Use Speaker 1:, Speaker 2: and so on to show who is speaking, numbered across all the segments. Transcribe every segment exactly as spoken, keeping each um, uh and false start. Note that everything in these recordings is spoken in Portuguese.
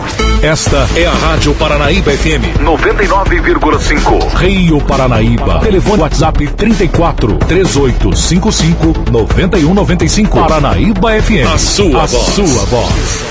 Speaker 1: Esta é a Rádio Paranaíba F M noventa e nove vírgula cinco. Rio Paranaíba. Telefone WhatsApp trinta e quatro, três oito cinco cinco, nove um nove cinco. Paranaíba F M. A sua a voz. Sua voz.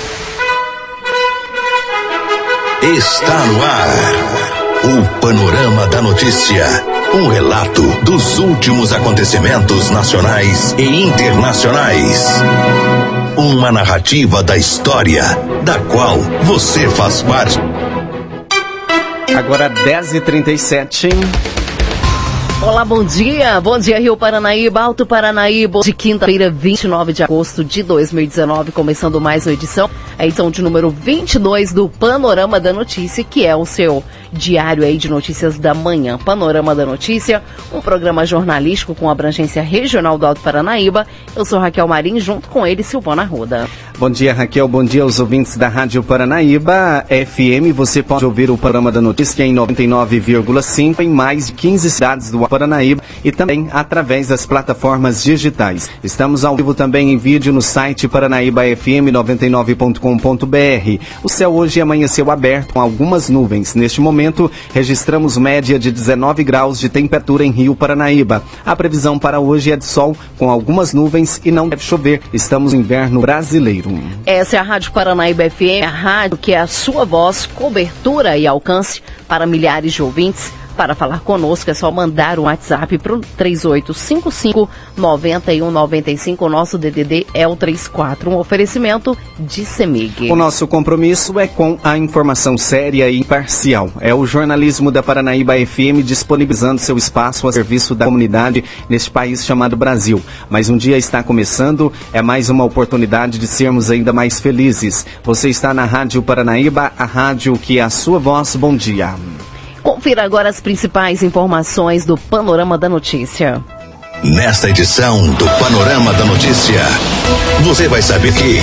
Speaker 2: Está no ar o Panorama da Notícia. Um relato dos últimos acontecimentos nacionais e internacionais. Uma narrativa da história, da qual você faz parte.
Speaker 3: Agora dez e trinta e sete.
Speaker 4: Olá, bom dia. Bom dia, Rio Paranaíba, Alto Paranaíba. De quinta-feira, vinte e nove de agosto de dois mil e dezenove, começando mais uma edição, a edição de número vinte e dois do Panorama da Notícia, que é o seu diário aí de notícias da manhã. Panorama da Notícia, um programa jornalístico com abrangência regional do Alto Paranaíba. Eu sou Raquel Marim, junto com ele, Silvana Arruda.
Speaker 3: Bom dia, Raquel. Bom dia aos ouvintes da Rádio Paranaíba F M. Você pode ouvir o Panorama da Notícia em noventa e nove vírgula cinco em mais de quinze cidades do Paranaíba e também através das plataformas digitais. Estamos ao vivo também em vídeo no site paranaíba f m noventa e nove ponto com ponto b r. O céu hoje amanheceu aberto com algumas nuvens. Neste momento, registramos média de dezenove graus de temperatura em Rio Paranaíba. A previsão para hoje é de sol com algumas nuvens e não deve chover. Estamos no inverno brasileiro.
Speaker 4: Essa é a Rádio Paranaíba F M, a rádio que é a sua voz, cobertura e alcance para milhares de ouvintes. Para falar conosco é só mandar um WhatsApp para o três oito cinco cinco, nove um nove cinco. O nosso D D D é o trinta e quatro, um oferecimento de CEMIG.
Speaker 3: O nosso compromisso é com a informação séria e imparcial. É o jornalismo da Paranaíba F M disponibilizando seu espaço a serviço da comunidade neste país chamado Brasil. Mas um dia está começando, é mais uma oportunidade de sermos ainda mais felizes. Você está na Rádio Paranaíba, a rádio que é a sua voz. Bom dia.
Speaker 4: Confira agora as principais informações do Panorama da Notícia.
Speaker 2: Nesta edição do Panorama da Notícia, você vai saber que...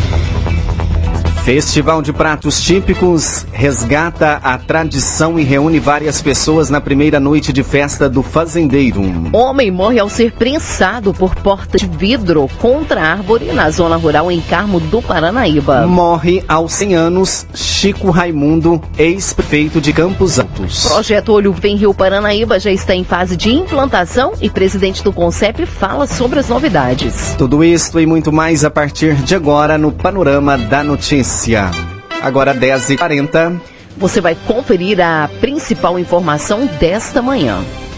Speaker 3: Festival de Pratos Típicos resgata a tradição e reúne várias pessoas na primeira noite de festa do fazendeiro.
Speaker 4: Homem morre ao ser prensado por porta de vidro contra árvore na zona rural em Carmo do Paranaíba.
Speaker 3: Morre aos cem anos Chico Raimundo, ex-prefeito de Campos Altos.
Speaker 4: Projeto Olho Vem Rio Paranaíba já está em fase de implantação e presidente do CONCEP fala sobre as novidades.
Speaker 3: Tudo isso e muito mais a partir de agora no Panorama da Notícia. Agora dez e quarenta.
Speaker 4: Você vai conferir a principal informação desta manhã.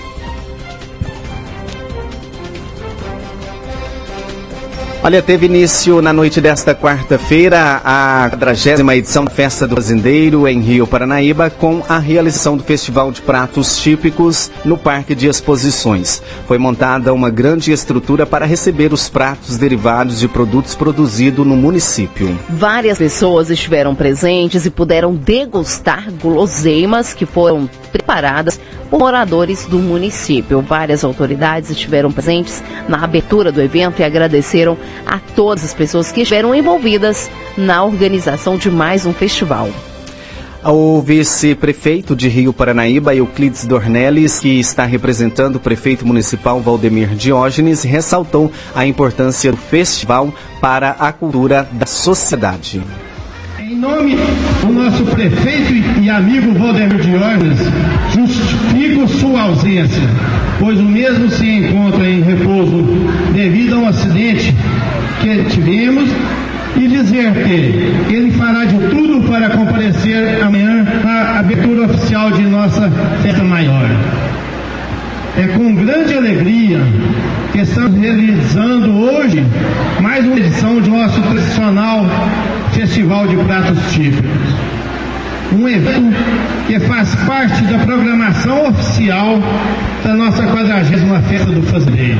Speaker 3: Olha, teve início na noite desta quarta-feira a quadragésima edição da Festa do Fazendeiro em Rio Paranaíba, com a realização do Festival de Pratos Típicos no Parque de Exposições. Foi montada uma grande estrutura para receber os pratos derivados de produtos produzidos no município.
Speaker 4: Várias pessoas estiveram presentes e puderam degustar guloseimas que foram preparadas por moradores do município. Várias autoridades estiveram presentes na abertura do evento e agradeceram a todas as pessoas que estiveram envolvidas na organização de mais um festival.
Speaker 3: O vice-prefeito de Rio Paranaíba, Euclides Dornelles, que está representando o prefeito municipal Valdemir Diógenes, ressaltou a importância do festival para a cultura da sociedade.
Speaker 5: Em nome do nosso prefeito e amigo Valdemir Diógenes, justifico sua ausência, pois o mesmo se encontra em repouso devido a um acidente que tivemos, e dizer que ele fará de tudo para comparecer amanhã na abertura oficial de nossa festa maior. É com grande alegria que estamos realizando hoje mais uma edição de nosso tradicional Festival de Pratos Típicos. Um evento que faz parte da programação oficial da nossa quadragésima Festa do Fazendeiro.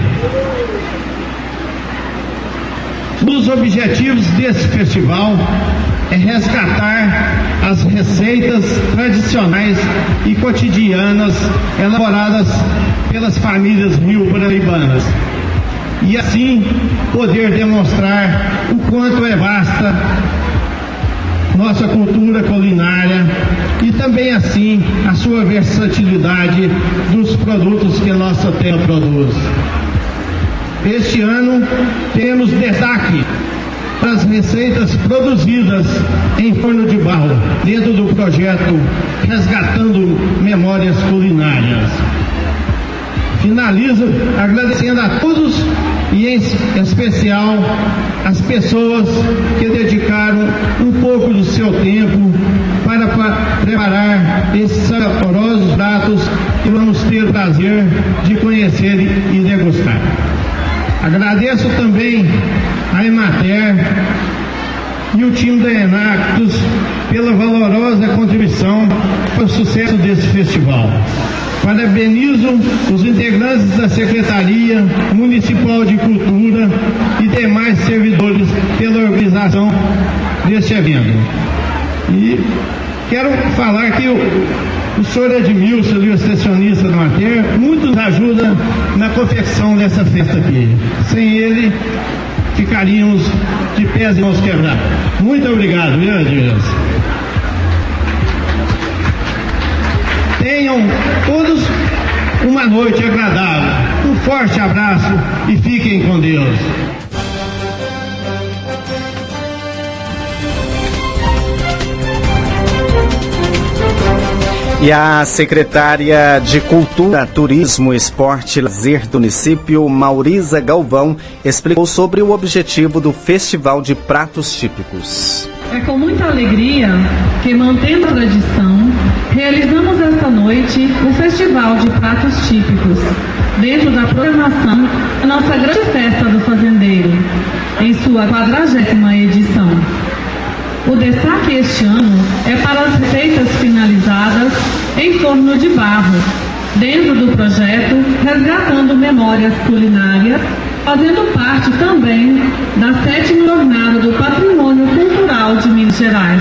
Speaker 5: Um dos objetivos desse festival é resgatar as receitas tradicionais e cotidianas elaboradas pelas famílias rio-paraibanas e assim poder demonstrar o quanto é vasta nossa cultura culinária e também assim a sua versatilidade dos produtos que a nossa terra produz. Este ano temos destaque para as receitas produzidas em forno de barro, dentro do projeto Resgatando Memórias Culinárias. Finalizo agradecendo a todos e em especial as pessoas que dedicaram um pouco do seu tempo para preparar esses saborosos pratos que vamos ter o prazer de conhecer e degustar. Agradeço também a Emater e o time da Enactus pela valorosa contribuição para o sucesso desse festival. Parabenizo os integrantes da Secretaria Municipal de Cultura e demais servidores pela organização deste evento. E quero falar que o, o senhor Edmilson, o extensionista da Emater, muito nos ajuda na confecção dessa festa aqui. Sem ele, ficaríamos de pés e mãos quebrados. Muito obrigado, viu, Edmilson? Tenham todos uma noite agradável. Um forte abraço e fiquem com Deus.
Speaker 3: E a secretária de Cultura, Turismo, Esporte e Lazer do município, Maurisa Galvão, explicou sobre o objetivo do Festival de Pratos Típicos.
Speaker 6: É com muita alegria que, mantendo a tradição, realizamos esta noite o Festival de Pratos Típicos, dentro da programação da nossa grande festa do fazendeiro, em sua quadragésima edição. O destaque este ano é para as receitas finalizadas em forno de barro, dentro do projeto Resgatando Memórias Culinárias, fazendo parte também da sétima jornada do Patrimônio Cultural de Minas Gerais.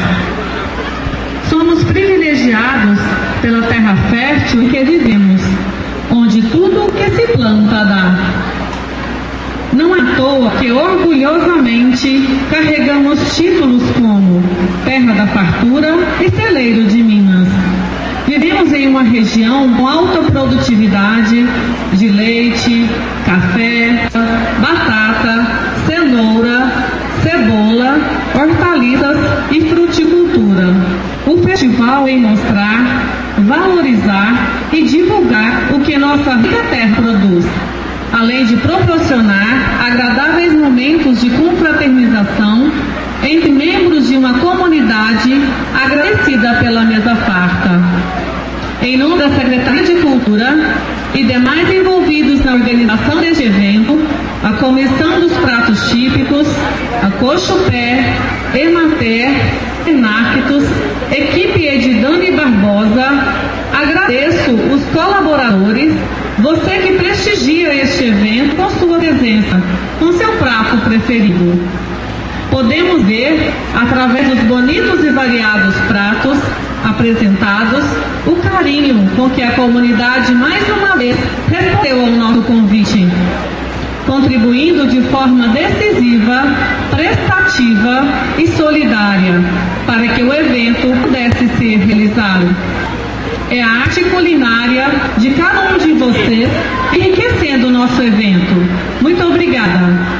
Speaker 6: Somos privilegiados pela terra fértil em que vivemos, onde tudo o que se planta dá. Não é à toa que orgulhosamente carregamos títulos como Terra da Fartura e Celeiro de Minas. Vivemos em uma região com alta produtividade de leite, café, batata, cenoura, cebola, hortaliças e fruticultura. O festival vem mostrar, valorizar e divulgar o que nossa rica terra produz, além de proporcionar agradáveis momentos de confraternização entre membros de uma comunidade agradecida pela mesa farta. Em nome da Secretaria de Cultura e demais envolvidos na organização deste evento, a Comissão dos Pratos Típicos, a Cochupé, Emater, Enactus, equipe Edidane Barbosa, agradeço os colaboradores, você que prestigia este evento com sua presença, com seu prato preferido. Podemos ver, através dos bonitos e variados pratos apresentados, o carinho com que a comunidade mais uma vez respondeu ao nosso convite, contribuindo de forma decisiva, prestativa e solidária para que o evento pudesse ser realizado. É a arte culinária de cada um de vocês enriquecendo o nosso evento. Muito obrigada.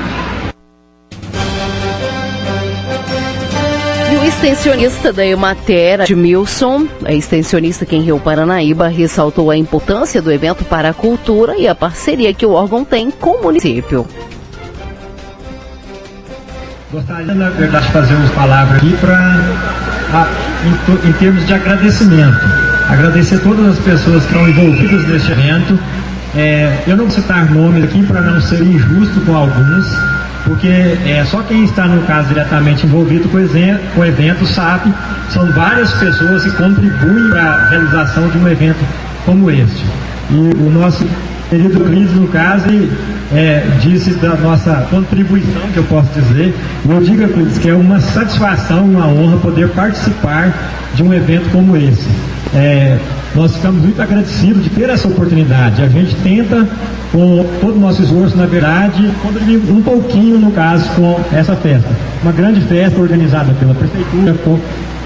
Speaker 4: O extensionista da Emater, Edmilson, a extensionista aqui em Rio Paranaíba, ressaltou a importância do evento para a cultura e a parceria que o órgão tem com o município.
Speaker 7: Gostaria, na verdade, de fazer umas palavras aqui para, em, em termos de agradecimento. Agradecer todas as pessoas que estão envolvidas neste evento. É, eu não vou citar nomes aqui para não ser injusto com alguns, porque é, só quem está, no caso, diretamente envolvido com o evento sabe, são várias pessoas que contribuem para a realização de um evento como este. E o nosso querido Cris, no caso, é, disse da nossa contribuição, que eu posso dizer, e eu digo, Cris, que é uma satisfação, uma honra poder participar de um evento como esse. É, nós ficamos muito agradecidos de ter essa oportunidade. A gente tenta, com todo o nosso esforço, na verdade, contribuir um pouquinho, no caso, com essa festa. Uma grande festa organizada pela Prefeitura, com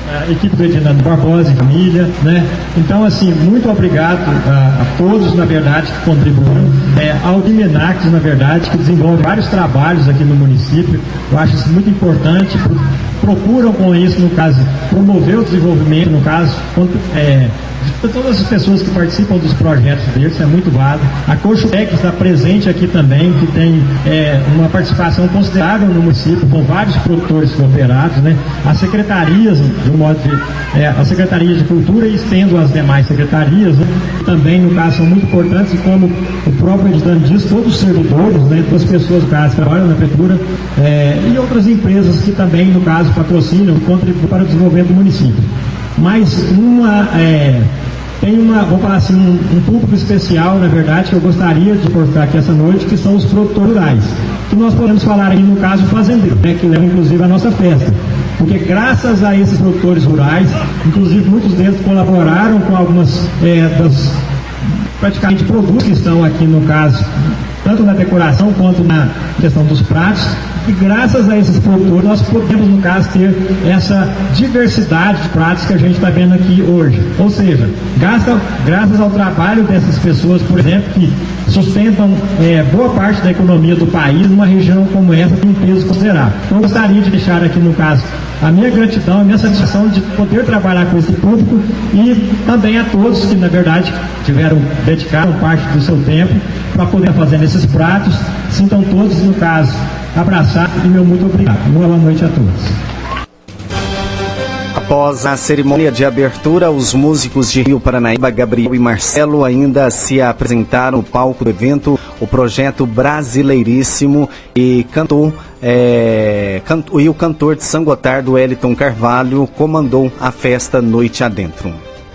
Speaker 7: a equipe do Edinando Barbosa e família, né? Então, assim, muito obrigado a, a todos, na verdade, que contribuíram, é, ao Dimenax, na verdade, que desenvolve vários trabalhos aqui no município. Eu acho isso muito importante, procuram com isso, no caso, promover o desenvolvimento, no caso, é, de todas as pessoas que participam dos projetos deles, é muito válido. A Cochutec está presente aqui também, que tem é, uma participação considerável no município, com vários produtores cooperados, né? As secretarias, de um modo de, é, a Secretaria de Cultura, e estendo as demais secretarias, né? Também, no caso, são muito importantes, e como o próprio editante diz, todos os servidores, né? Todas as pessoas, no caso, que trabalham na prefeitura, é, e outras empresas que também, no caso, patrocinam e contribuem para o desenvolvimento do município. Mas uma, é, tem uma, vou falar assim, um, um público especial, na verdade, que eu gostaria de postar aqui essa noite, que são os produtores rurais. Que nós podemos falar aí, no caso, fazendeiro, né, que leva inclusive a nossa festa. Porque graças a esses produtores rurais, inclusive muitos deles colaboraram com algumas é, das praticamente produtos que estão aqui, no caso, tanto na decoração quanto na questão dos pratos. E graças a esses produtores nós podemos, no caso, ter essa diversidade de pratos que a gente está vendo aqui hoje. Ou seja, gasta, graças ao trabalho dessas pessoas, por exemplo, que sustentam é, boa parte da economia do país, numa região como essa tem um peso considerável. Então eu gostaria de deixar aqui, no caso, a minha gratidão, a minha satisfação de poder trabalhar com esse público, e também a todos que, na verdade, tiveram, dedicaram parte do seu tempo para poder fazer esses pratos. Sintam todos, no caso, abraçar, e meu muito obrigado. Boa noite a todos.
Speaker 3: Após a cerimônia de abertura, os músicos de Rio Paranaíba, Gabriel e Marcelo, ainda se apresentaram no palco do evento, o projeto Brasileiríssimo, e cantou, é, canto, e o cantor de São Gotardo, Wellington Carvalho, comandou a festa noite adentro.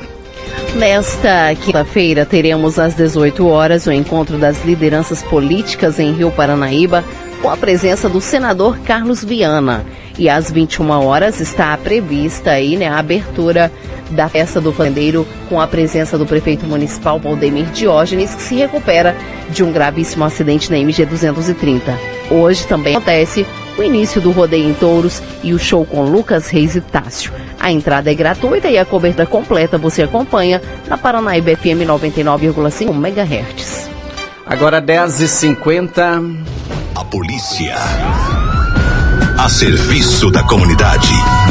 Speaker 4: Nesta quinta-feira, teremos às dezoito horas o encontro das lideranças políticas em Rio Paranaíba, com a presença do senador Carlos Viana. E às vinte e uma horas está prevista aí, né, a abertura da festa do fazendeiro, com a presença do prefeito municipal Valdemir Diógenes, que se recupera de um gravíssimo acidente na M G duzentos e trinta. Hoje também acontece o início do rodeio em touros e o show com Lucas Reis e Tássio. A entrada é gratuita e a cobertura completa você acompanha na Paranaíba F M noventa e nove vírgula cinco megahertz.
Speaker 3: Agora dez e cinquenta.
Speaker 2: A polícia a serviço da comunidade.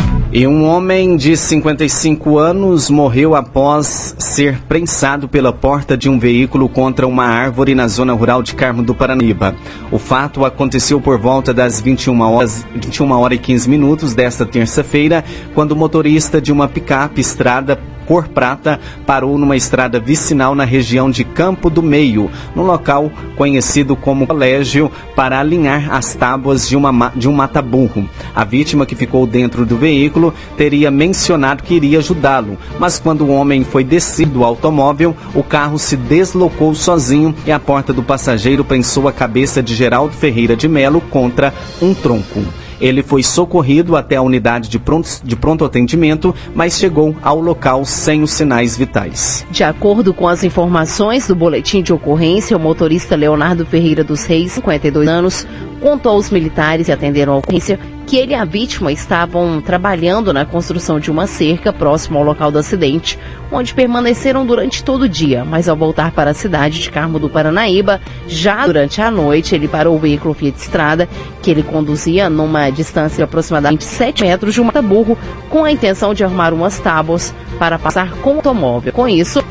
Speaker 3: E um homem de cinquenta e cinco anos morreu após ser prensado pela porta de um veículo contra uma árvore na zona rural de Carmo do Paranaíba. O fato aconteceu por volta das vinte e uma horas, vinte e uma horas e quinze minutos desta terça-feira, quando o motorista de uma picape estrada cor prata parou numa estrada vicinal na região de Campo do Meio, no local conhecido como Colégio, para alinhar as tábuas de, uma, de um mata-burro. A vítima, que ficou dentro do veículo, teria mencionado que iria ajudá-lo, mas quando o homem foi descer do automóvel, o carro se deslocou sozinho e a porta do passageiro prensou a cabeça de Geraldo Ferreira de Melo contra um tronco. Ele foi socorrido até a unidade de pronto, de pronto atendimento, mas chegou ao local sem os sinais vitais.
Speaker 4: De acordo com as informações do boletim de ocorrência, o motorista Leonardo Ferreira dos Reis, cinquenta e dois anos, contou aos militares que atenderam a ocorrência que ele e a vítima estavam trabalhando na construção de uma cerca próximo ao local do acidente, onde permaneceram durante todo o dia, mas ao voltar para a cidade de Carmo do Paranaíba, já durante a noite, ele parou o veículo Fiat Strada, que ele conduzia numa distância de aproximadamente sete metros de um mata-burro, com a intenção de arrumar umas tábuas para passar com o automóvel. Com isso,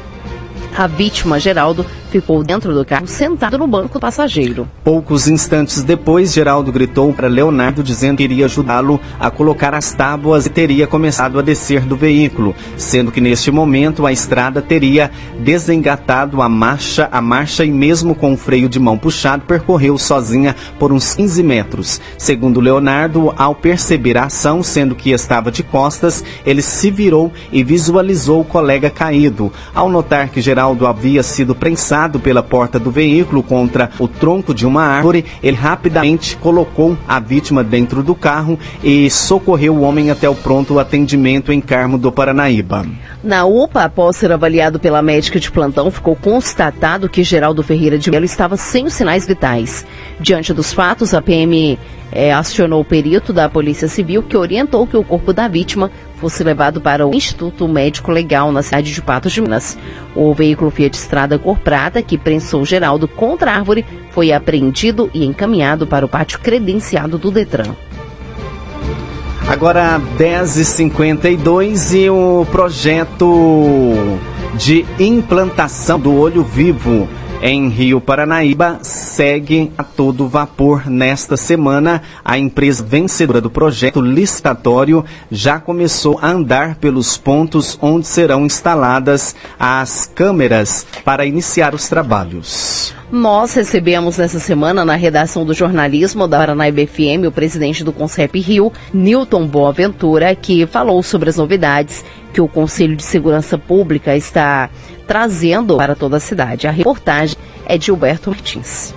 Speaker 4: a vítima, Geraldo, ficou dentro do carro, sentado no banco do passageiro.
Speaker 3: Poucos instantes depois, Geraldo gritou para Leonardo, dizendo que iria ajudá-lo a colocar as tábuas e teria começado a descer do veículo, sendo que neste momento a estrada teria desengatado a marcha, a marcha e mesmo com o freio de mão puxado, percorreu sozinha por uns quinze metros. Segundo Leonardo, ao perceber a ação, sendo que estava de costas, ele se virou e visualizou o colega caído. Ao notar que Geraldo havia sido prensado pela porta do veículo contra o tronco de uma árvore, ele rapidamente colocou a vítima dentro do carro e socorreu o homem até o pronto atendimento em Carmo do Paranaíba.
Speaker 4: Na U P A, após ser avaliado pela médica de plantão, ficou constatado que Geraldo Ferreira de Melo estava sem os sinais vitais. Diante dos fatos, a P M é, acionou o perito da Polícia Civil, que orientou que o corpo da vítima fosse levado para o Instituto Médico Legal na cidade de Patos de Minas. O veículo Fiat Strada cor prata, que prensou Geraldo contra a árvore, foi apreendido e encaminhado para o pátio credenciado do Detran.
Speaker 3: Agora dez e cinquenta e dois e o projeto de implantação do olho vivo em Rio Paranaíba segue a todo vapor. Nesta semana, a empresa vencedora do projeto licitatório já começou a andar pelos pontos onde serão instaladas as câmeras para iniciar os trabalhos.
Speaker 4: Nós recebemos nessa semana, na redação do jornalismo da Paranaíba F M, o presidente do Concep Rio, Newton Boaventura, que falou sobre as novidades que o Conselho de Segurança Pública está trazendo para toda a cidade. A reportagem é de Gilberto Martins.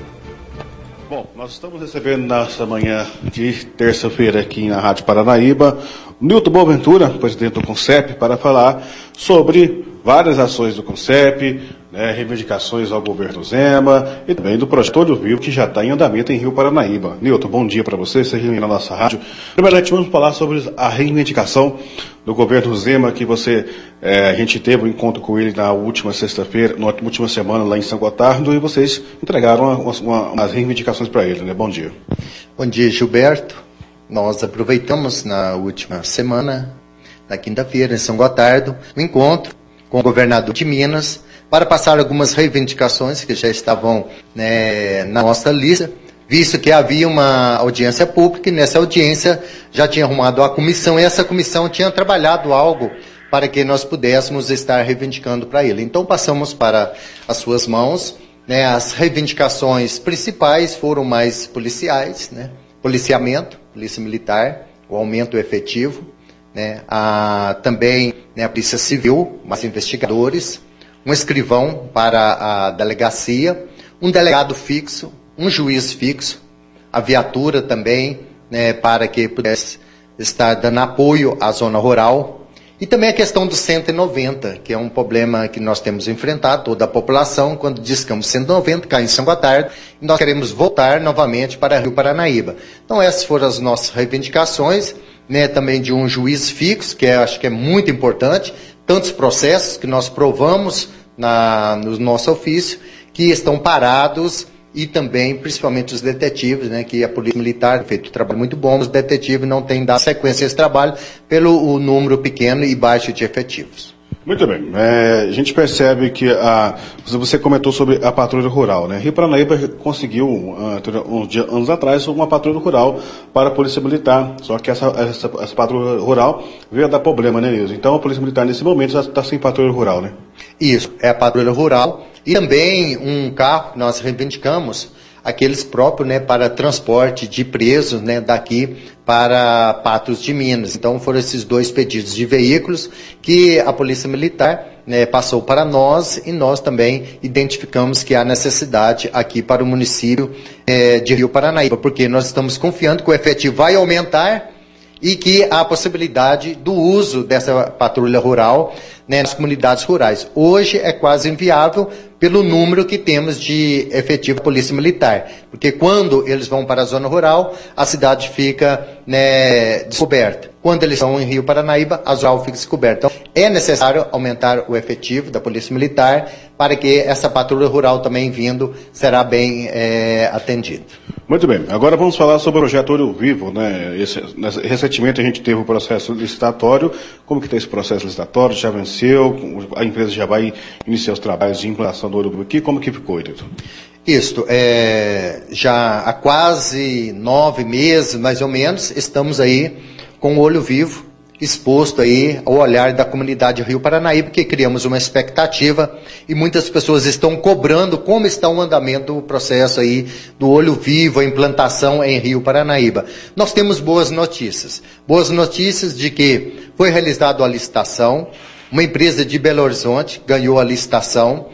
Speaker 8: Bom, nós estamos recebendo nessa manhã de terça-feira aqui na Rádio Paranaíba o Newton Boaventura, presidente do Concep, para falar sobre várias ações do Concep, né, reivindicações ao governo Zema e também do projeto Olho Vivo, que já está em andamento em Rio Paranaíba. Newton, bom dia para você, seja bem-vindo na nossa rádio. Primeiramente, vamos falar sobre a reivindicação do governo Zema, que você, é, a gente teve um encontro com ele na última sexta-feira, na última semana lá em São Gotardo, e vocês entregaram uma, uma, umas reivindicações para ele, né? Bom dia.
Speaker 9: Bom dia, Gilberto. Nós aproveitamos na última semana, na quinta-feira, em São Gotardo, um encontro com o governador de Minas para passar algumas reivindicações que já estavam, né, na nossa lista, visto que havia uma audiência pública e nessa audiência já tinha arrumado a comissão e essa comissão tinha trabalhado algo para que nós pudéssemos estar reivindicando para ele. Então passamos para as suas mãos, né, as reivindicações principais foram mais policiais, né, policiamento, polícia militar, o aumento efetivo, né, a, também, né, a polícia civil, mais investigadores, um escrivão para a delegacia, um delegado fixo, um juiz fixo, a viatura também, né, para que pudesse estar dando apoio à zona rural, e também a questão do cento e noventa, que é um problema que nós temos enfrentado, toda a população, quando discamos cento e noventa, cai em São Gotardo, e nós queremos voltar novamente para Rio Paranaíba. Então essas foram as nossas reivindicações, né, também de um juiz fixo, que é, acho que é muito importante, tantos processos que nós provamos na, no nosso ofício, que estão parados, e também, principalmente os detetives, né, que a Polícia Militar tem feito um trabalho muito bom, os detetives não têm dado sequência a esse trabalho pelo o número pequeno e baixo de efetivos.
Speaker 8: Muito bem. É, a gente percebe que a, você comentou sobre a patrulha rural, né? Rio Paranaíba conseguiu, uh, uns dias, anos atrás, uma patrulha rural para a Polícia Militar. Só que essa, essa, essa patrulha rural veio a dar problema, né, Nilson? Então a Polícia Militar, nesse momento, já está sem patrulha rural, né? Isso, é a patrulha rural. E também um carro que nós reivindicamos, aqueles próprios, né, para transporte de presos, né, daqui para Patos de Minas. Então foram esses dois pedidos de veículos que a Polícia Militar, né, passou para nós e nós também identificamos que há necessidade aqui para o município é, de Rio Paranaíba, porque nós estamos confiando que o efetivo vai aumentar e que há a possibilidade do uso dessa patrulha rural, né, nas comunidades rurais. Hoje é quase inviável pelo número que temos de efetivo da Polícia Militar, porque quando eles vão para a zona rural, a cidade fica, né, descoberta. Quando eles estão em Rio Paranaíba, a zona rural fica descoberta. Então, é necessário aumentar o efetivo da Polícia Militar para que essa patrulha rural também vindo será bem é, atendida. Muito bem. Agora vamos falar sobre o projeto Olho Vivo, né? Esse, recentemente a gente teve o processo licitatório. Como que está esse processo licitatório? Já venceu? A empresa já vai iniciar os trabalhos de implantação do Olho Vivo aqui? Como que ficou, Edito?
Speaker 9: Isto, é, já há quase nove meses, mais ou menos, estamos aí com o Olho Vivo exposto aí ao olhar da comunidade Rio Paranaíba, que criamos uma expectativa e muitas pessoas estão cobrando como está o andamento do processo aí do Olho Vivo, a implantação em Rio Paranaíba. Nós temos boas notícias. Boas notícias de que foi realizada a licitação, uma empresa de Belo Horizonte ganhou a licitação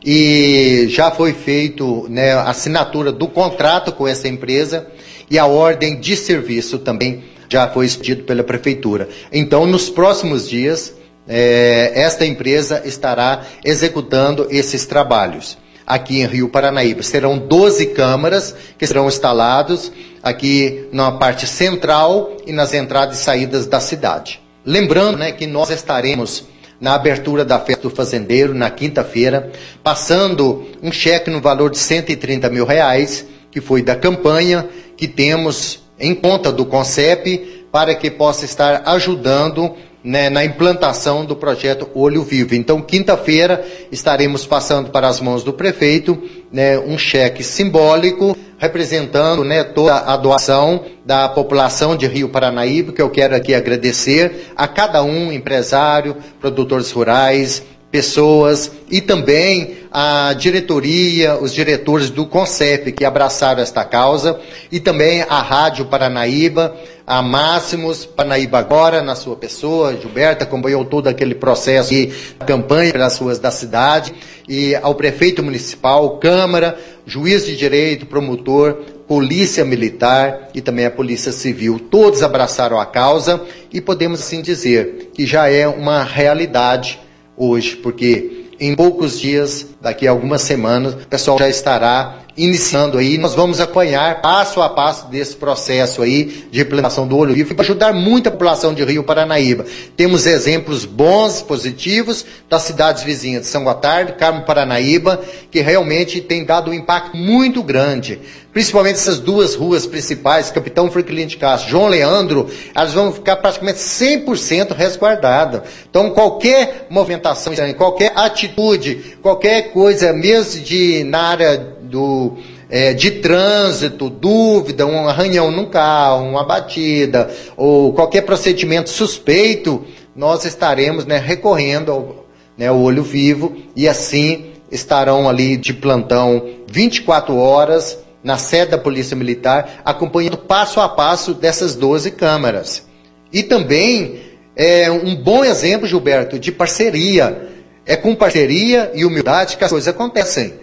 Speaker 9: e já foi feito, né, a assinatura do contrato com essa empresa e a ordem de serviço também já foi expedido pela Prefeitura. Então, nos próximos dias, é, esta empresa estará executando esses trabalhos. aqui em Rio Paranaíba. Serão doze câmaras que serão instalados aqui na parte central e nas entradas e saídas da cidade. Lembrando, né, que nós estaremos na abertura da Festa do Fazendeiro, na quinta-feira, passando um cheque no valor de cento e trinta mil reais, que foi da campanha que temos em conta do CONCEP, para que possa estar ajudando, né, na implantação do projeto Olho Vivo. Então, quinta-feira, estaremos passando para as mãos do prefeito, né, um cheque simbólico, representando, né, toda a doação da população de Rio Paranaíba, que eu quero aqui agradecer a cada um, empresário, produtores rurais, pessoas, e também a diretoria, os diretores do CONCEP que abraçaram esta causa, e também a Rádio Paranaíba, a Máximos, Paranaíba Agora, na sua pessoa, Gilberto acompanhou todo aquele processo de campanha pelas ruas da cidade, e ao prefeito municipal, Câmara, juiz de direito, promotor, polícia militar e também a polícia civil, todos abraçaram a causa, e podemos assim dizer que já é uma realidade hoje, porque em poucos dias, daqui a algumas semanas, o pessoal já estará iniciando aí. Nós vamos acompanhar passo a passo desse processo aí de implantação do Olho Vivo para ajudar muito a população de Rio Paranaíba. Temos exemplos bons, positivos, das cidades vizinhas de São Gotardo, Carmo Paranaíba, que realmente tem dado um impacto muito grande. Principalmente essas duas ruas principais, Capitão Franklin de Castro, João Leandro, elas vão ficar praticamente cem por cento resguardadas. Então, qualquer movimentação, qualquer atitude, qualquer coisa, mesmo de, na área do, é, de trânsito, dúvida, um arranhão num carro, uma batida, ou qualquer procedimento suspeito, nós estaremos, né, recorrendo ao, né, ao Olho Vivo, e assim estarão ali de plantão vinte e quatro horas, na sede da Polícia Militar, acompanhando passo a passo dessas doze câmaras. E também é um bom exemplo, Gilberto, de parceria. É com parceria e humildade que as coisas acontecem.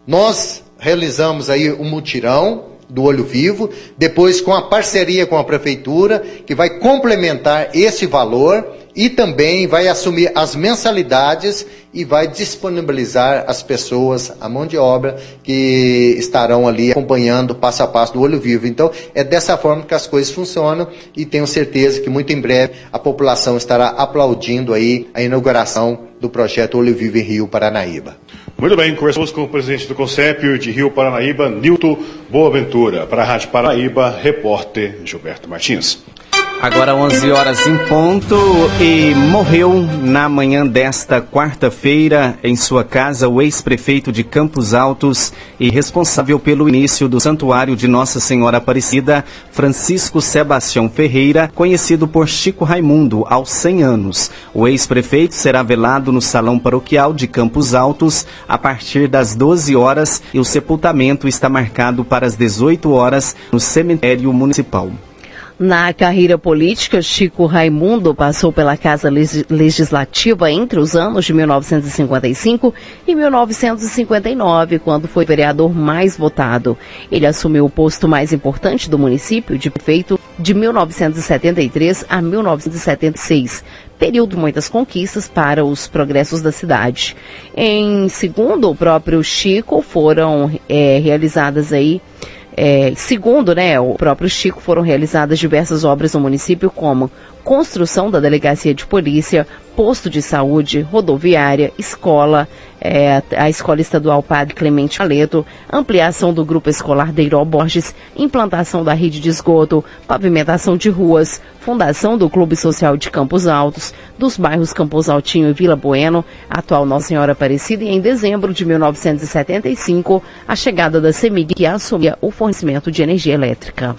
Speaker 9: Nós realizamos aí um mutirão do Olho Vivo, depois com a parceria com a Prefeitura, que vai complementar esse valor e também vai assumir as mensalidades e vai disponibilizar as pessoas, a mão de obra, que estarão ali acompanhando passo a passo do Olho Vivo. Então, é dessa forma que as coisas funcionam, e tenho certeza que muito em breve a população estará aplaudindo aí a inauguração do projeto Olho Vivo em Rio Paranaíba.
Speaker 8: Muito bem, conversamos com o presidente do CONCEP de Rio Paranaíba, Nilton Boaventura. Para a Rádio Paranaíba, repórter Gilberto Martins.
Speaker 3: Agora onze horas em ponto, e morreu na manhã desta quarta-feira em sua casa o ex-prefeito de Campos Altos e responsável pelo início do Santuário de Nossa Senhora Aparecida, Francisco Sebastião Ferreira, conhecido por Chico Raimundo, aos cem anos. O ex-prefeito será velado no Salão Paroquial de Campos Altos a partir das doze horas, e o sepultamento está marcado para as dezoito horas no cemitério municipal.
Speaker 4: Na carreira política, Chico Raimundo passou pela Casa Legislativa entre os anos de mil novecentos e cinquenta e cinco e mil novecentos e cinquenta e nove, quando foi vereador mais votado. Ele assumiu o posto mais importante do município de prefeito de mil novecentos e setenta e três a mil novecentos e setenta e seis. Período de muitas conquistas para os progressos da cidade. Em segundo o próprio Chico, foram é, realizadas aí É, segundo, né, o próprio Chico, foram realizadas diversas obras no município, como construção da delegacia de polícia, posto de saúde, rodoviária, escola, é, a Escola Estadual Padre Clemente Aleto, ampliação do Grupo Escolar Deiró Borges, implantação da rede de esgoto, pavimentação de ruas, fundação do Clube Social de Campos Altos, dos bairros Campos Altinho e Vila Bueno, atual Nossa Senhora Aparecida, e em dezembro de mil novecentos e setenta e cinco, a chegada da CEMIG, que assumia o fornecimento de energia elétrica.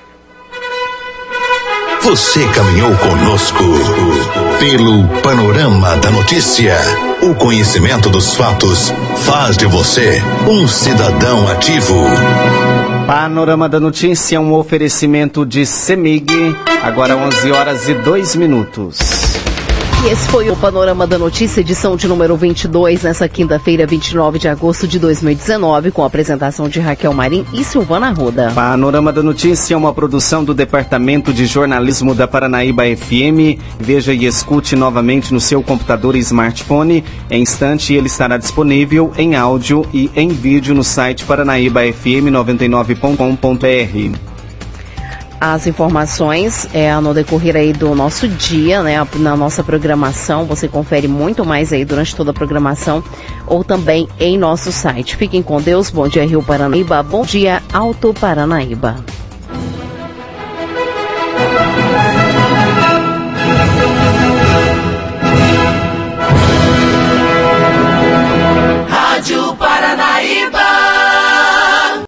Speaker 2: Você caminhou conosco pelo panorama da notícia. O conhecimento dos fatos faz de você um cidadão ativo.
Speaker 3: Panorama da Notícia, um oferecimento de CEMIG. Agora onze horas e dois minutos.
Speaker 4: E esse foi o Panorama da Notícia, edição de número vinte e dois, nessa quinta-feira, vinte e nove de agosto de dois mil e dezenove, com a apresentação de Raquel Marim e Silvana Arruda.
Speaker 3: Panorama da Notícia é uma produção do Departamento de Jornalismo da Paranaíba F M. Veja e escute novamente no seu computador e smartphone. Em instante, ele estará disponível em áudio e em vídeo no site paranaíba f m noventa e nove ponto com ponto b r.
Speaker 4: As informações é, no decorrer aí do nosso dia, né, na nossa programação, você confere muito mais aí durante toda a programação ou também em nosso site. Fiquem com Deus, bom dia Rio Paranaíba, bom dia Alto Paranaíba.